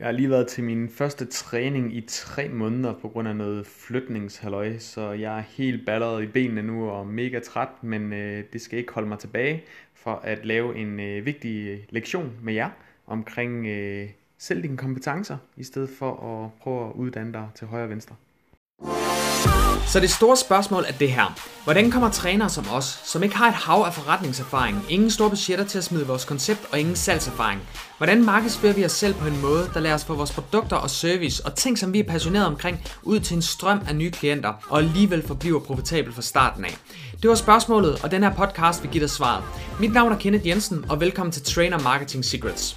Jeg har lige været til min første træning i 3 måneder på grund af noget flytningshalløj, så jeg er helt balleret i benene nu og mega træt, men det skal ikke holde mig tilbage for at lave en vigtig lektion med jer omkring selv dine kompetencer, i stedet for at prøve at uddanne dig til højre og venstre. Så det store spørgsmål er det her. Hvordan kommer trænere som os, som ikke har et hav af forretningserfaring, ingen store budgetter til at smide vores koncept og ingen salgserfaring, hvordan markedsfører vi os selv på en måde, der lader os få vores produkter og service og ting, som vi er passionerede omkring, ud til en strøm af nye klienter og alligevel forbliver profitabel fra starten af? Det var spørgsmålet, og den her podcast vil give dig svaret. Mit navn er Kenneth Jensen, og velkommen til Trainer Marketing Secrets.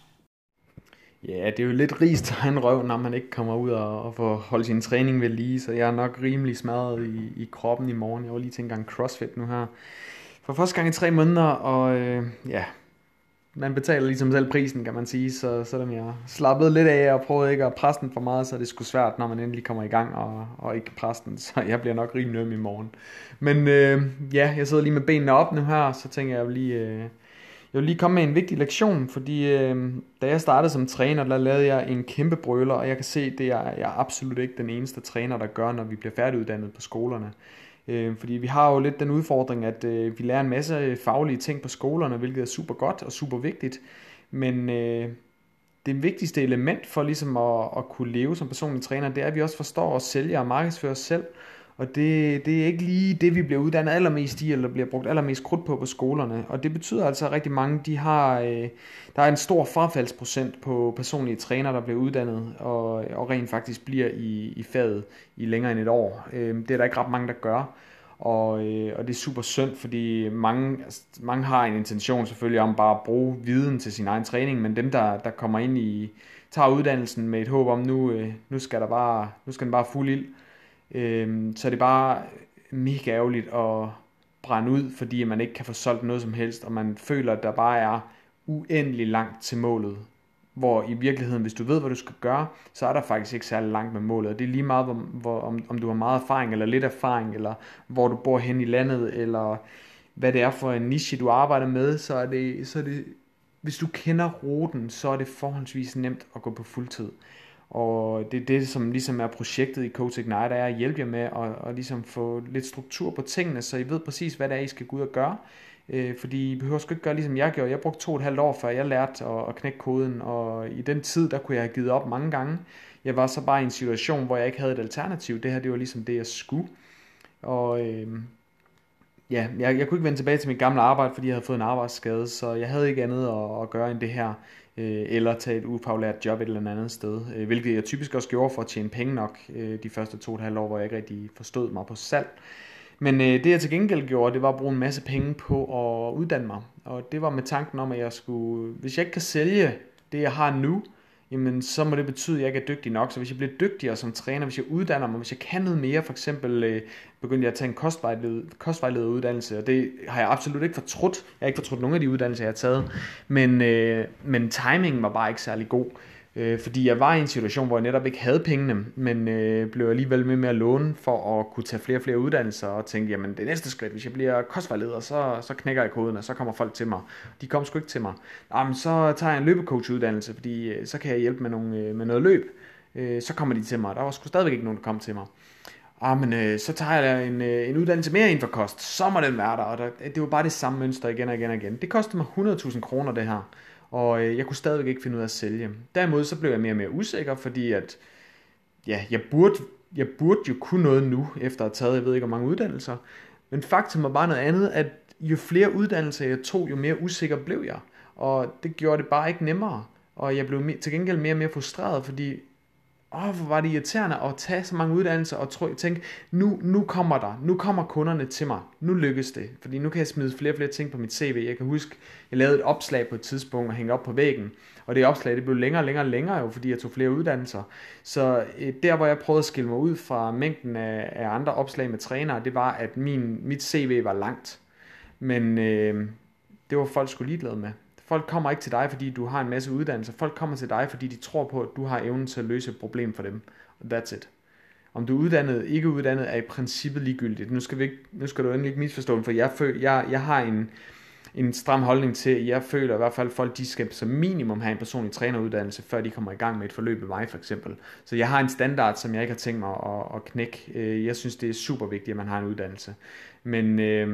Ja, det er jo lidt ris til egen røv, når man ikke kommer ud og får holdt sin træning ved lige, så jeg er nok rimelig smadret i kroppen i morgen. Jeg var lige til en gang CrossFit nu her for første gang i 3 måneder, og man betaler ligesom selv prisen, kan man sige, så selvom jeg slappede lidt af og prøvede ikke at presse den for meget, så er det sgu svært, når man endelig kommer i gang og ikke presse den, så jeg bliver nok rimelig øm i morgen. Men jeg sidder lige med benene op nu her, så tænker jeg vil lige komme med en vigtig lektion, fordi da jeg startede som træner, der lavede jeg en kæmpe brøler, og jeg kan se, det er jeg absolut ikke den eneste træner, der gør, når vi bliver færdiguddannet på skolerne. Fordi vi har jo lidt den udfordring, at vi lærer en masse faglige ting på skolerne, hvilket er super godt og super vigtigt, men det vigtigste element for ligesom at kunne leve som personlig træner, det er, at vi også forstår at sælge og markedsføre os selv. Og det er ikke lige det, vi bliver uddannet allermest i, eller bliver brugt allermest krudt på skolerne. Og det betyder altså, at rigtig mange, der er en stor frafaldsprocent på personlige trænere, der bliver uddannet, og rent faktisk bliver i faget i længere end et år. Det er der ikke ret mange, der gør. Og det er super synd, fordi mange har en intention selvfølgelig om bare at bruge viden til sin egen træning, men dem, der kommer ind tager uddannelsen med et håb om, nu skal den bare fuld ild. Så er det bare mega ærgerligt at brænde ud, fordi man ikke kan få solgt noget som helst, og man føler, at der bare er uendelig langt til målet. Hvor i virkeligheden, hvis du ved, hvad du skal gøre, så er der faktisk ikke særlig langt med målet. Og det er lige meget, om du har meget erfaring, eller lidt erfaring, eller hvor du bor hen i landet, eller hvad det er for en niche, du arbejder med, så er det hvis du kender ruten, så er det forholdsvis nemt at gå på fuldtid. Og det er det, som ligesom er projektet i Coach Ignite, er at hjælpe jer med at ligesom få lidt struktur på tingene, så I ved præcis, hvad det er, I skal gå ud og gøre. Fordi I behøver sgu ikke gøre, ligesom jeg gjorde. Jeg brugte 2,5 år, før jeg lærte at knække koden, og i den tid, der kunne jeg have givet op mange gange. Jeg var så bare i en situation, hvor jeg ikke havde et alternativ. Det her, det var ligesom det, jeg skulle. Og jeg kunne ikke vende tilbage til mit gamle arbejde, fordi jeg havde fået en arbejdsskade, så jeg havde ikke andet at gøre end det her, eller tage et ufaglært job et eller andet sted, hvilket jeg typisk også gjorde for at tjene penge nok de første 2,5 år, hvor jeg ikke rigtig forstod mig på salg. Men det jeg til gengæld gjorde, det var at bruge en masse penge på at uddanne mig, og det var med tanken om, at hvis jeg ikke kan sælge det jeg har nu, jamen så må det betyde, at jeg ikke er dygtig nok. Så hvis jeg bliver dygtigere som træner, hvis jeg uddanner mig, hvis jeg kan noget mere, for eksempel begyndte jeg at tage en kostvejlederuddannelse, og det har jeg absolut ikke fortrudt. Jeg har ikke fortrudt nogen af de uddannelser, jeg har taget, men timingen var bare ikke særlig god. Fordi jeg var i en situation, hvor jeg netop ikke havde pengene, men blev alligevel med at låne for at kunne tage flere og flere uddannelser, og tænkte, jamen det næste skridt, hvis jeg bliver kostvejleder, så knækker jeg koden, og så kommer folk til mig. De kom sgu ikke til mig. Men så tager jeg en løbecoachuddannelse, fordi så kan jeg hjælpe med noget løb. Så kommer de til mig. Der var sgu stadigvæk ikke nogen, der kom til mig. Så tager jeg en uddannelse mere inden for kost, så må den være der, og det var bare det samme mønster igen og igen og igen. Det kostede mig 100.000 kroner det her. Og jeg kunne stadigvæk ikke finde ud af at sælge. Derimod så blev jeg mere og mere usikker, fordi at jeg burde jo kunne noget nu, efter at have taget, jeg ved ikke hvor mange uddannelser. Men faktum var bare noget andet, at jo flere uddannelser jeg tog, jo mere usikker blev jeg. Og det gjorde det bare ikke nemmere. Og jeg blev til gengæld mere og mere frustreret, fordi hvor var det irriterende at tage så mange uddannelser og tænke, nu kommer kunderne til mig, nu lykkes det, fordi nu kan jeg smide flere og flere ting på mit CV. Jeg kan huske, jeg lavede et opslag på et tidspunkt og hængte op på væggen, og det opslag, det blev længere jo, fordi jeg tog flere uddannelser. Så der, hvor jeg prøvede at skille mig ud fra mængden af andre opslag med trænere, det var, at mit CV var langt, men det var folk sgu ligeglade med. Folk kommer ikke til dig, fordi du har en masse uddannelser. Folk kommer til dig, fordi de tror på, at du har evnen til at løse et problem for dem. That's it. Om du er uddannet, ikke uddannet, er i princippet ligegyldigt. Nu skal du endelig ikke misforstå det, for jeg har en stram holdning til, jeg føler i hvert fald, at folk de skal som minimum have en personlig træneruddannelse, før de kommer i gang med et forløb med mig for eksempel. Så jeg har en standard, som jeg ikke har tænkt mig at knække. Jeg synes, det er super vigtigt, at man har en uddannelse. Men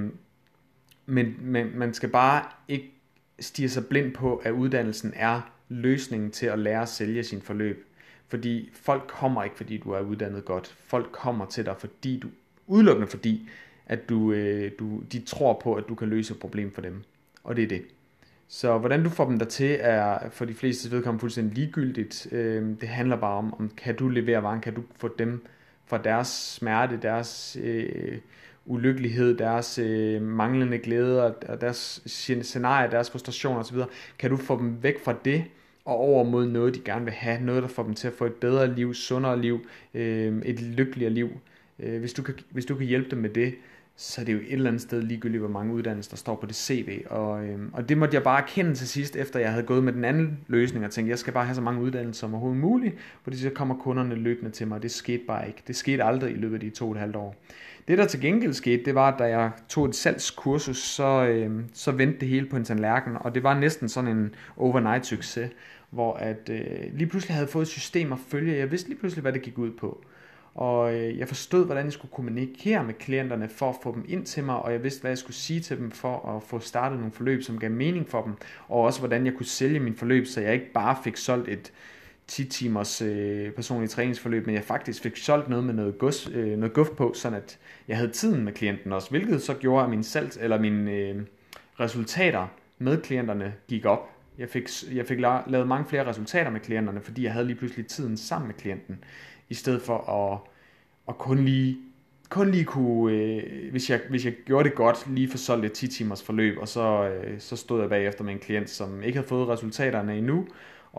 man skal bare ikke stirre sig blind på, at uddannelsen er løsningen til at lære at sælge sin forløb. Fordi folk kommer ikke, fordi du er uddannet godt. Folk kommer til dig, udelukkende fordi, at de tror på, at du kan løse et problem for dem. Og det er det. Så hvordan du får dem dertil, er for de fleste vedkommende fuldstændig ligegyldigt. Det handler bare om kan du levere varen, kan du få dem fra deres smerte, deres ulykkelighed, deres manglende glæde, og deres scenarier, deres frustrationer osv. Kan du få dem væk fra det, og over mod noget, de gerne vil have. Noget, der får dem til at få et bedre liv, sundere liv, et lykkeligere liv. Hvis du kan hjælpe dem med det, så er det jo et eller andet sted ligegyldigt, hvor mange uddannelser der står på det CV. Og det måtte jeg bare erkende til sidst, efter jeg havde gået med den anden løsning, og tænkte, jeg skal bare have så mange uddannelser som overhovedet muligt, fordi så kommer kunderne løbende til mig, og det skete bare ikke. Det skete aldrig i løbet af de 2,5 år. Det, der til gengæld skete, det var, at da jeg tog et salgskursus, så vendte det hele på en tallerken, og det var næsten sådan en overnight succes, hvor at lige pludselig havde fået et system at følge. Jeg vidste lige pludselig, hvad det gik ud på. Og jeg forstod, hvordan jeg skulle kommunikere med klienterne for at få dem ind til mig, og jeg vidste, hvad jeg skulle sige til dem for at få startet nogle forløb, som gav mening for dem, og også hvordan jeg kunne sælge min forløb, så jeg ikke bare fik solgt et 10 timers personlig træningsforløb, men jeg faktisk fik solgt noget med noget guf på, sådan at jeg havde tiden med klienten også, hvilket så gjorde, at mine resultater med klienterne gik op. Jeg fik lavet mange flere resultater med klienterne, fordi jeg havde lige pludselig tiden sammen med klienten, i stedet for at kun lige kunne, hvis jeg gjorde det godt, lige få solgt et 10 timers forløb, og så stod jeg bagefter med en klient, som ikke havde fået resultaterne endnu,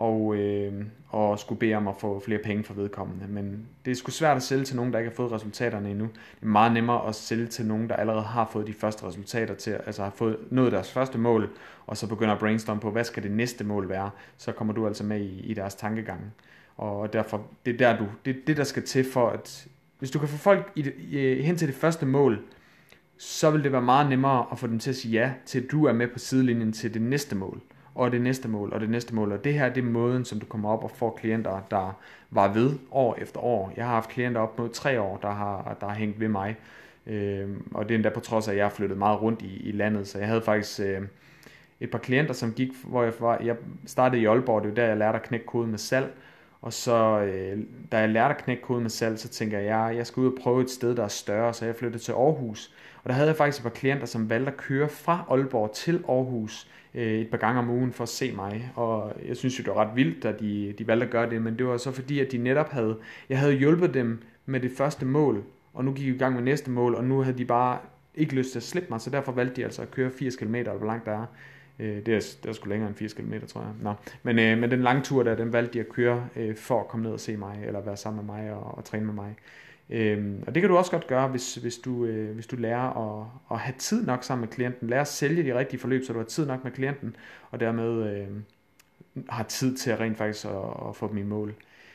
og skulle bede om at få flere penge for vedkommende. Men det er sgu svært at sælge til nogen, der ikke har fået resultaterne endnu. Det er meget nemmere at sælge til nogen, der allerede har fået de første resultater altså har fået nået deres første mål, og så begynder at brainstorme på, hvad skal det næste mål være, så kommer du altså med i deres tankegang. Og derfor, det er det der skal til for, at hvis du kan få folk hen til det første mål, så vil det være meget nemmere at få dem til at sige ja, til at du er med på sidelinjen til det næste mål, og det næste mål, og det næste mål. Og det her, det er måden, som du kommer op og får klienter, der var ved år efter år. Jeg har haft klienter op mod 3 år, der har hængt ved mig. Og det er endda på trods af, at jeg har flyttet meget rundt i landet. Så jeg havde faktisk et par klienter, som gik, hvor jeg startede i Aalborg. Det var der, jeg lærte at knække koden med salg. Og så, da jeg lærte at knække koden med salg, så tænker jeg skal ud og prøve et sted, der er større. Så jeg flyttede til Aarhus. Og der havde jeg faktisk et par klienter, som valgte at køre fra Aalborg til Aarhus et par gange om ugen for at se mig. Og jeg synes jo, det var ret vildt, at de valgte at gøre det. Men det var så fordi, at de netop jeg havde hjulpet dem med det første mål. Og nu gik vi i gang med næste mål, og nu havde de bare ikke lyst til at slippe mig. Så derfor valgte de altså at køre 80 km, eller hvor langt der er. Det er sgu længere end 80 km, tror jeg. Men den lange tur der, den valgte de at køre for at komme ned og se mig, eller være sammen med mig og træne med mig. Og det kan du også godt gøre, hvis du lærer at have tid nok sammen med klienten. Lære at sælge de rigtige forløb, så du har tid nok med klienten, og dermed har tid til at rent faktisk at få dem i mål.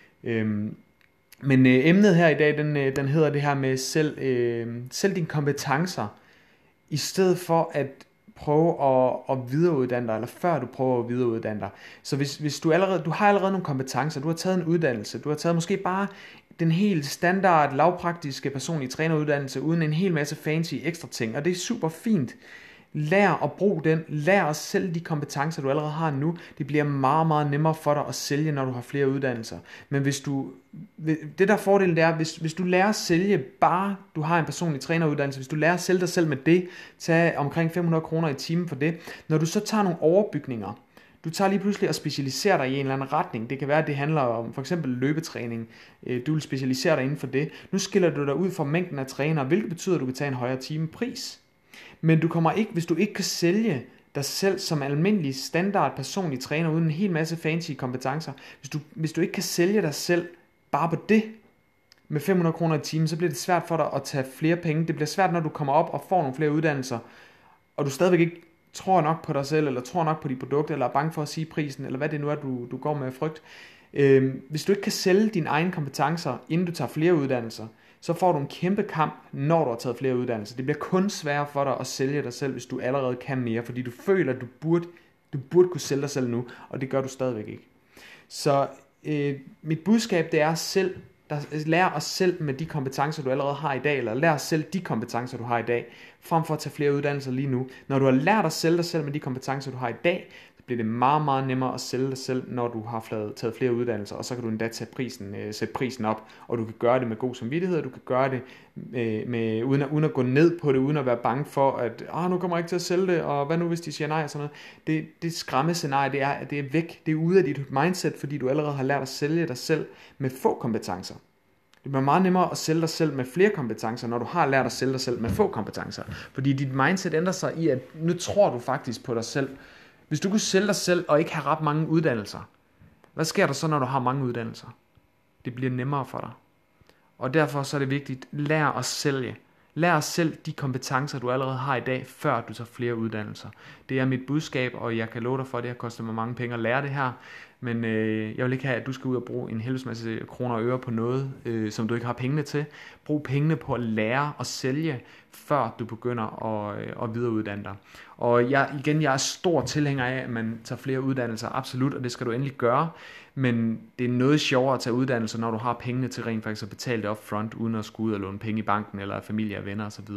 Men emnet her i dag, den hedder det her med selv dine kompetencer, i stedet for at prøve at videreuddanne dig, eller før du prøver at videreuddanne dig. Så hvis du har allerede nogle kompetencer, du har taget en uddannelse, du har taget måske bare den helt standard, lavpraktiske personlige træneruddannelse, uden en hel masse fancy ekstra ting, og det er super fint. Lær at bruge den, lær at sælge de kompetencer, du allerede har nu. Det bliver meget, meget nemmere for dig at sælge, når du har flere uddannelser. Men det der fordelen det er, hvis du lærer at sælge bare, du har en personlig træneruddannelse, hvis du lærer at sælge dig selv med det, tag omkring 500 kroner i timen for det. Når du så tager nogle overbygninger, du tager lige pludselig og specialiserer dig i en eller anden retning. Det kan være, at det handler om for eksempel løbetræning. Du vil specialisere dig inden for det. Nu skiller du dig ud fra mængden af trænere, hvilket betyder, at du kan tage en højere timepris. Men du kommer ikke, hvis du ikke kan sælge dig selv som almindelig standard personlig træner uden en hel masse fancy kompetencer, hvis du ikke kan sælge dig selv bare på det med 500 kroner i timen, så bliver det svært for dig at tage flere penge. Det bliver svært, når du kommer op og får nogle flere uddannelser, og du stadigvæk ikke tror nok på dig selv, eller tror nok på dit produkt, eller er bange for at sige prisen, eller hvad det nu er, du går med frygt. Hvis du ikke kan sælge dine egne kompetencer, inden du tager flere uddannelser, så får du en kæmpe kamp, når du har taget flere uddannelser. Det bliver kun sværere for dig at sælge dig selv, hvis du allerede kan mere, fordi du føler, at du burde kunne sælge dig selv nu, og det gør du stadigvæk ikke. Så mit budskab, det er selv, lær os selv med de kompetencer, du allerede har i dag, eller lær os selv de kompetencer, du har i dag, frem for at tage flere uddannelser lige nu. Når du har lært at sælge dig selv med de kompetencer, du har i dag, så bliver det meget, meget nemmere at sælge dig selv, når du har taget flere uddannelser, og så kan du endda sætte prisen op, og du kan gøre det med god samvittighed, og du kan gøre det uden at gå ned på det, uden at være bange for, at nu kommer jeg ikke til at sælge det, og hvad nu hvis de siger nej og sådan noget. Det skræmmescenarie, det er væk, det er ude af dit mindset, fordi du allerede har lært at sælge dig selv med få kompetencer. Det bliver meget nemmere at sælge dig selv med flere kompetencer, når du har lært at sælge dig selv med få kompetencer. Fordi dit mindset ændrer sig i, at nu tror du faktisk på dig selv. Hvis du kunne sælge dig selv og ikke have ret mange uddannelser, hvad sker der så, når du har mange uddannelser? Det bliver nemmere for dig. Og derfor så er det vigtigt, lær at sælge. Lær at sælge de kompetencer, du allerede har i dag, før du tager flere uddannelser. Det er mit budskab, og jeg kan love dig for, at det har kostet mig mange penge at lære det her. Men jeg vil ikke have, at du skal ud og bruge en helvedes masse kroner og øre på noget, som du ikke har pengene til. Brug pengene på at lære at sælge, før du begynder at videreuddanne dig. Og jeg er stor tilhænger af, at man tager flere uddannelser, absolut, og det skal du endelig gøre. Men det er noget sjovere at tage uddannelser, når du har pengene til rent faktisk at betale det upfront, uden at skulle ud og låne penge i banken, eller familie og venner osv.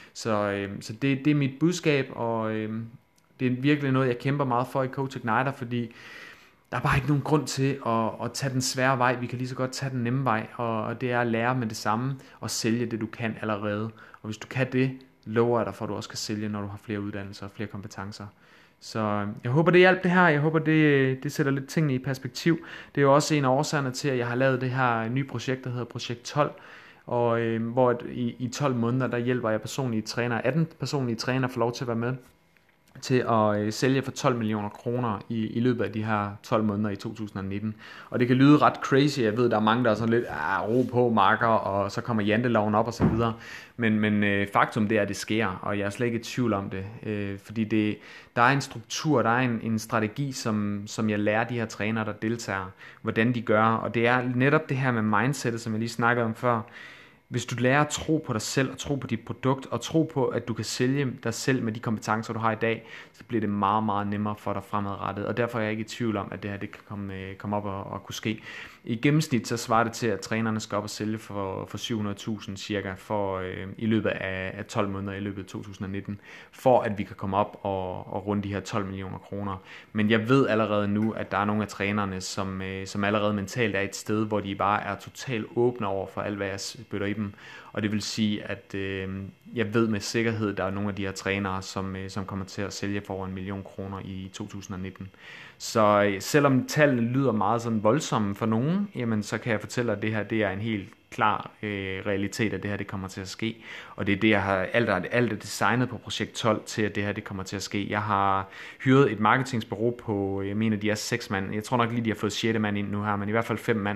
Så det er mit budskab, og det er virkelig noget, jeg kæmper meget for i Coach Igniter, fordi der er bare ikke nogen grund til at tage den svære vej. Vi kan lige så godt tage den nemme vej, og det er at lære med det samme og sælge det, du kan allerede. Og hvis du kan det, lover jeg dig for, at du også kan sælge, når du har flere uddannelser og flere kompetencer. Så jeg håber, det hjalp det her. Jeg håber, det sætter lidt tingene i perspektiv. Det er jo også en af årsagerne til, at jeg har lavet det her nye projekt, der hedder Projekt 12. Og hvor i 12 måneder, der hjælper jeg personlige trænere, 18 personlige trænere får lov til at være med til at sælge for 12 millioner kroner i løbet af de her 12 måneder i 2019. Og det kan lyde ret crazy. Jeg ved, der er mange, der er sådan lidt ro på marker, og så kommer janteloven op og så videre. Men faktum det er, at det sker, og jeg er slet ikke i tvivl om det. Fordi der er en struktur, der er en strategi, som jeg lærer de her trænere, der deltager, hvordan de gør. Og det er netop det her med mindsetet, som jeg lige snakkede om før. Hvis du lærer at tro på dig selv, og tro på dit produkt, og tro på, at du kan sælge dig selv med de kompetencer, du har i dag, så bliver det meget, meget nemmere for dig fremadrettet. Og derfor er jeg ikke i tvivl om, at det her det kan komme op og kunne ske. I gennemsnit så svarer det til, at trænerne skal op og sælge for 700.000 cirka i løbet af 12 måneder i løbet af 2019, for at vi kan komme op og runde de her 12 millioner kroner. Men jeg ved allerede nu, at der er nogle af trænerne, som allerede mentalt er et sted, hvor de bare er totalt åbne over for alt, hvad jeg spytter i dem. Og det vil sige, at jeg ved med sikkerhed, at der er nogle af de her trænere, som kommer til at sælge for over 1 million kroner i 2019. Så selvom tallene lyder meget sådan voldsomme for nogen, jamen så kan jeg fortælle, at det her det er en helt klar realitet, at det her det kommer til at ske. Og det er det, jeg har alt er designet på projekt 12 til, at det her det kommer til at ske. Jeg har hyret et marketingsbureau på, jeg mener, de er 6 mand. Jeg tror nok lige, de har fået 6. mand ind nu her, men i hvert fald 5 mand.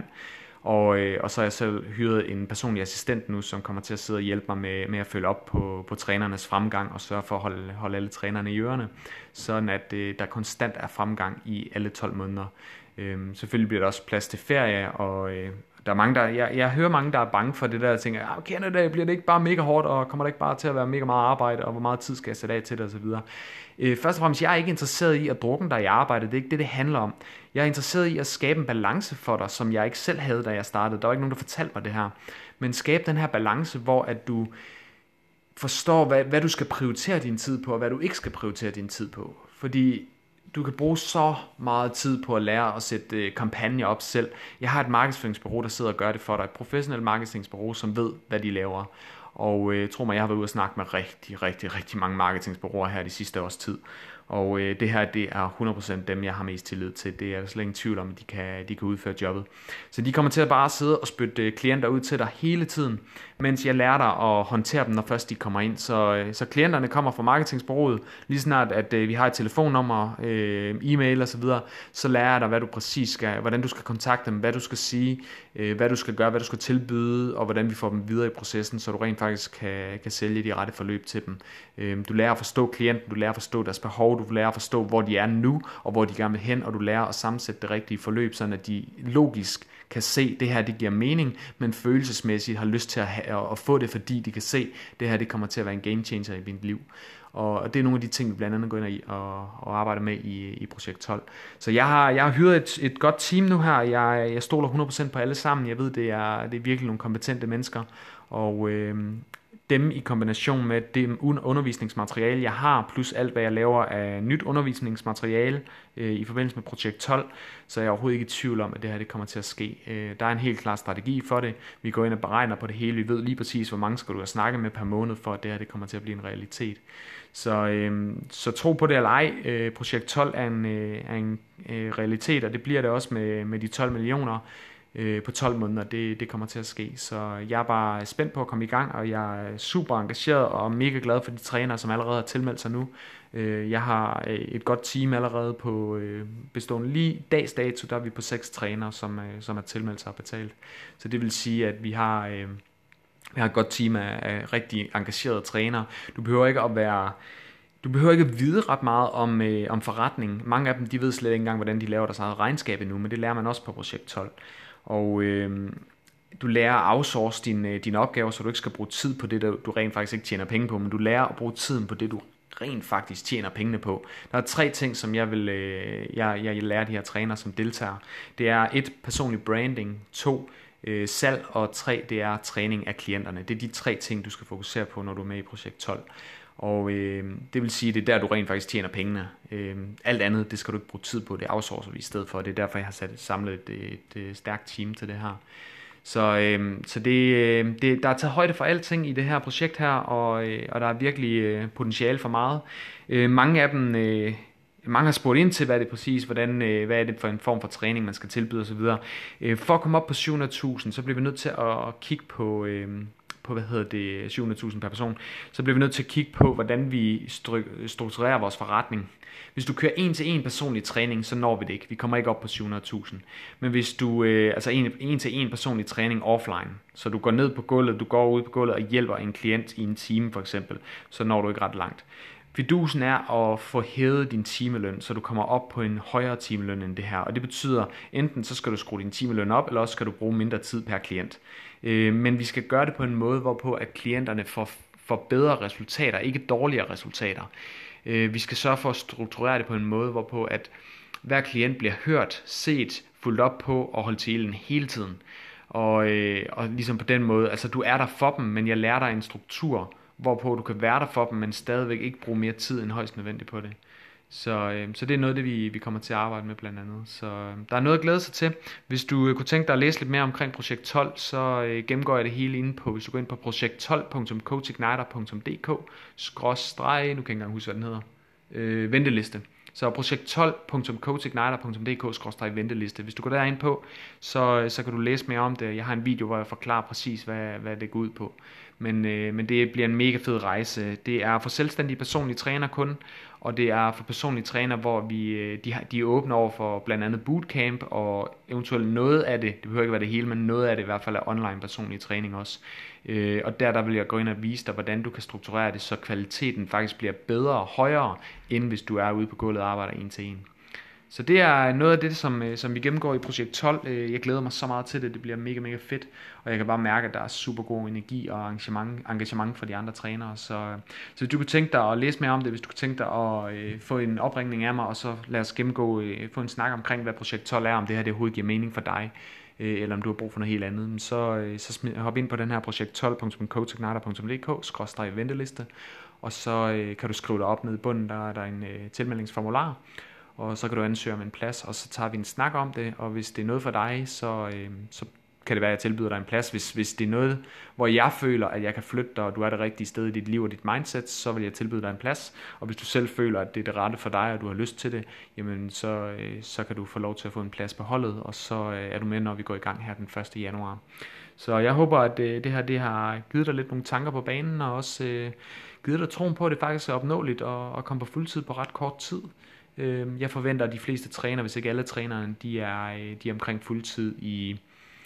Og så har jeg selv hyret en personlig assistent nu, som kommer til at sidde og hjælpe mig med at følge op på trænernes fremgang og sørge for at holde alle trænerne i ørerne, sådan at der konstant er fremgang i alle 12 måneder. Selvfølgelig bliver der også plads til ferie, og der er mange, jeg hører mange, der er bange for det der, og tænker, Canada, bliver det ikke bare mega hårdt, og kommer det ikke bare til at være mega meget arbejde, og hvor meget tid skal jeg sætte af til det, og så videre. Først og fremmest, jeg er ikke interesseret i at drukke dig i arbejde, det er ikke det handler om. Jeg er interesseret i at skabe en balance for dig, som jeg ikke selv havde, da jeg startede. Der var ikke nogen, der fortalte mig det her. Men skabe den her balance, hvor at du forstår, hvad du skal prioritere din tid på, og hvad du ikke skal prioritere din tid på. Fordi du kan bruge så meget tid på at lære at sætte kampagner op selv. Jeg har et markedsføringsbureau, der sidder og gør det for dig. Et professionelt markedsføringsbureau, som ved, hvad de laver. Og tro mig, jeg har været ude og snakke med rigtig mange marketingsbureauer her de sidste års tid. Og det her, det er 100% dem, jeg har mest tillid til. Det er der slet ingen tvivl om, at de kan udføre jobbet. Så de kommer til at bare sidde og spytte klienter ud til dig hele tiden, mens jeg lærer dig at håndtere dem, når først de kommer ind. Så klienterne kommer fra marketingsbureauet, lige snart at vi har et telefonnummer, e-mail osv., så lærer jeg dig, hvad du præcis skal, hvordan du skal kontakte dem, hvad du skal sige, hvad du skal gøre, hvad du skal tilbyde, og hvordan vi får dem videre i processen, så du rent faktisk kan sælge de rette forløb til dem. Du lærer at forstå klienten, du lærer at forstå deres behov, du lærer at forstå, hvor de er nu, og hvor de gerne vil hen, og du lærer at sammensætte det rigtige forløb, sådan at de logisk kan se, det her det giver mening, men følelsesmæssigt har lyst til at få det, fordi de kan se, det her det kommer til at være en game changer i mit liv. Og det er nogle af de ting, vi blandt andet går ind i og arbejder med i projekt 12. Så jeg har hyret et godt team nu her. Jeg stoler 100% på alle sammen. Jeg ved, det er virkelig nogle kompetente mennesker. Og dem i kombination med det undervisningsmateriale, jeg har, plus alt, hvad jeg laver af nyt undervisningsmateriale i forbindelse med projekt 12, så er jeg overhovedet ikke i tvivl om, at det her det kommer til at ske. Der er en helt klar strategi for det. Vi går ind og beregner på det hele. Vi ved lige præcis, hvor mange skal du have snakket med per måned, for at det her det kommer til at blive en realitet. Så tro på det eller ej, projekt 12 er en realitet, og det bliver det også med de 12 millioner på 12 måneder, det kommer til at ske. Så jeg er bare spændt på at komme i gang, og jeg er super engageret og mega glad for de trænere, som allerede har tilmeldt sig nu. Jeg har et godt team allerede på bestående lige dags dato, der er vi på 6 trænere, som er tilmeldt sig og betalt. Så det vil sige, at vi har et godt team af rigtig engagerede trænere. Du behøver ikke at vide ret meget om forretning. Mange af dem, de ved slet ikke engang, hvordan de laver deres eget regnskab endnu, men det lærer man også på projekt 12. Og du lærer at outsource dine opgaver, så du ikke skal bruge tid på det, du rent faktisk ikke tjener penge på, men du lærer at bruge tiden på det, du rent faktisk tjener pengene på. Der er 3 ting, som jeg lærer de her trænere, som deltager. Det er 1, personlig branding, 2, salg, og 3, det er træning af klienterne. Det er de 3 ting, du skal fokusere på, når du er med i projekt 12. Og det vil sige, at det er der, du rent faktisk tjener pengene. Alt andet, det skal du ikke bruge tid på, det outsourcer vi i stedet for. Det er derfor, jeg har samlet et stærkt team til det her. Så der er taget højde for alting i det her projekt her, og der er virkelig potentiale for meget. Mange har spurgt ind til, hvad det præcis, hvad er det for en form for træning, man skal tilbyde osv. For at komme op på 700.000, så bliver vi nødt til at kigge på 700.000 per person, så bliver vi nødt til at kigge på, hvordan vi strukturerer vores forretning. Hvis du kører 1-til-1 personlig træning, så når vi det ikke. Vi kommer ikke op på 700.000. Men hvis du, altså 1-til-1 personlig træning offline, så du går ned på gulvet, du går ud på gulvet og hjælper en klient i en time for eksempel, så når du ikke ret langt. Fidusen er at få hævet din timeløn, så du kommer op på en højere timeløn end det her. Og det betyder, enten så skal du skrue din timeløn op, eller også skal du bruge mindre tid per klient. Men vi skal gøre det på en måde, hvorpå at klienterne får bedre resultater, ikke dårligere resultater. Vi skal sørge for at strukturere det på en måde, hvorpå at hver klient bliver hørt, set, fulgt op på og holdt til ilden hele tiden. Og ligesom på den måde, altså du er der for dem, men jeg lærer dig en struktur, hvorpå du kan være der for dem, men stadigvæk ikke bruge mere tid end højst nødvendigt på det. Så det er noget af det, vi kommer til at arbejde med blandt andet. Så der er noget at glæde sig til. Hvis du kunne tænke dig at læse lidt mere omkring projekt 12, så gennemgår jeg det hele inde på, hvis du går ind på projekt12.coachigniter.dk / nu kan jeg ikke engang huske, hvad den hedder, venteliste. Så projekt12.coachigniter.dk / venteliste. Hvis du går derind på, så kan du læse mere om det. Jeg har en video, hvor jeg forklarer præcis, hvad det går ud på. Men det bliver en mega fed rejse. Det er for selvstændige personlige træner kun, og det er for personlige træner, hvor de er åbne over for blandt andet bootcamp, og eventuelt noget af det behøver ikke være det hele, men noget af det i hvert fald er online personlig træning også. Og der vil jeg gå ind og vise dig, hvordan du kan strukturere det, så kvaliteten faktisk bliver bedre og højere, end hvis du er ude på gulvet og arbejder 1-til-1. Så det er noget af det, som vi gennemgår i projekt 12. Jeg glæder mig så meget til det. Det bliver mega, mega fedt. Og jeg kan bare mærke, at der er super god energi og engagement fra de andre trænere. Så hvis du kunne tænke dig at læse mere om det, hvis du kunne tænke dig at få en opringning af mig, og så lad os få en snak omkring, hvad projekt 12 er, om det her det overhovedet giver mening for dig, eller om du har brug for noget helt andet, så hop ind på den her projekt12.coachigniter.dk / venteliste, og så kan du skrive dig op nede i bunden, der er en tilmeldingsformular, og så kan du ansøge om en plads, og så tager vi en snak om det, og hvis det er noget for dig, så kan det være, at jeg tilbyder dig en plads. Hvis det er noget, hvor jeg føler, at jeg kan flytte dig, og du er det rigtige sted i dit liv og dit mindset, så vil jeg tilbyde dig en plads. Og hvis du selv føler, at det er det rette for dig, og du har lyst til det, jamen så kan du få lov til at få en plads på holdet, og så er du med, når vi går i gang her den 1. januar. Så jeg håber, at det her det har givet dig lidt nogle tanker på banen, og også givet dig troen på, at det faktisk er opnåeligt at komme på fuldtid på ret kort tid. Jeg forventer, at de fleste trænere, hvis ikke alle trænerne, de er omkring fuldtid i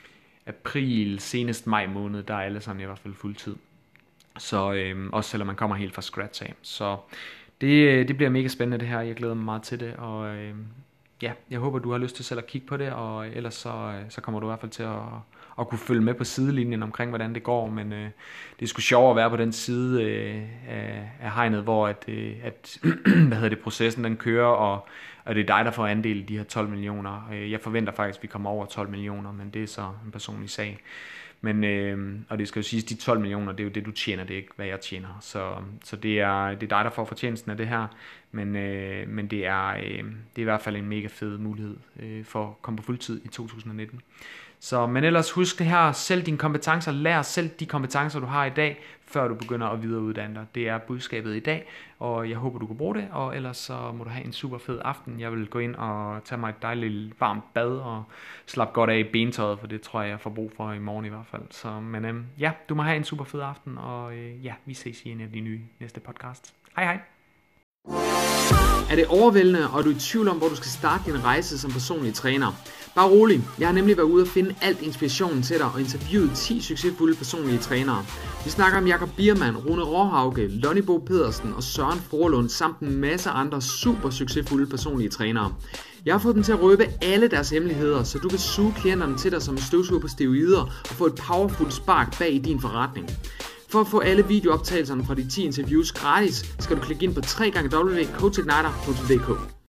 april, senest maj måned, der er alle sammen i hvert fald fuldtid. Så også selvom man kommer helt fra scratch af. Så det bliver mega spændende det her. Jeg glæder mig meget til det, og ja, jeg håber, du har lyst til selv at kigge på det, og ellers så kommer du i hvert fald til at kunne følge med på sidelinjen omkring, hvordan det går, men det er sgu sjovt at være på den side af hegnet, hvor at processen den kører, og det er dig, der får andel i de her 12 millioner. Jeg forventer faktisk, at vi kommer over 12 millioner, men det er så en personlig sag. Men, og det skal jo siges, de 12 millioner, det er jo det, du tjener, det er ikke, hvad jeg tjener. Så det er dig, der får fortjenesten af det her. Men det er i hvert fald en mega fed mulighed for at komme på fuldtid i 2019. Men ellers husk det her, sælg dine kompetencer, lær selv de kompetencer, du har i dag, før du begynder at videreuddanne dig. Det er budskabet i dag, og jeg håber, du kan bruge det, og ellers så må du have en super fed aften. Jeg vil gå ind og tage mig et dejligt varmt bad og slappe godt af i bentøjet, for det tror jeg får brug for i morgen i hvert fald. Men ja, du må have en super fed aften, og ja, vi ses i en af de nye næste podcast. Hej hej! Er det overvældende, og er du i tvivl om, hvor du skal starte din rejse som personlig træner? Bare rolig, jeg har nemlig været ude og finde alt inspirationen til dig og interviewet 10 succesfulde personlige trænere. Vi snakker om Jakob Biermann, Rune Råhauke, Lonnie Bo Pedersen og Søren Forlund samt en masse andre super succesfulde personlige trænere. Jeg har fået dem til at røbe alle deres hemmeligheder, så du kan suge klienterne til dig som en støvsuger på steroider og få et powerful spark bag i din forretning. For at få alle videooptagelserne fra de 10 interviews gratis, skal du klikke ind på www.coachigniter.dk.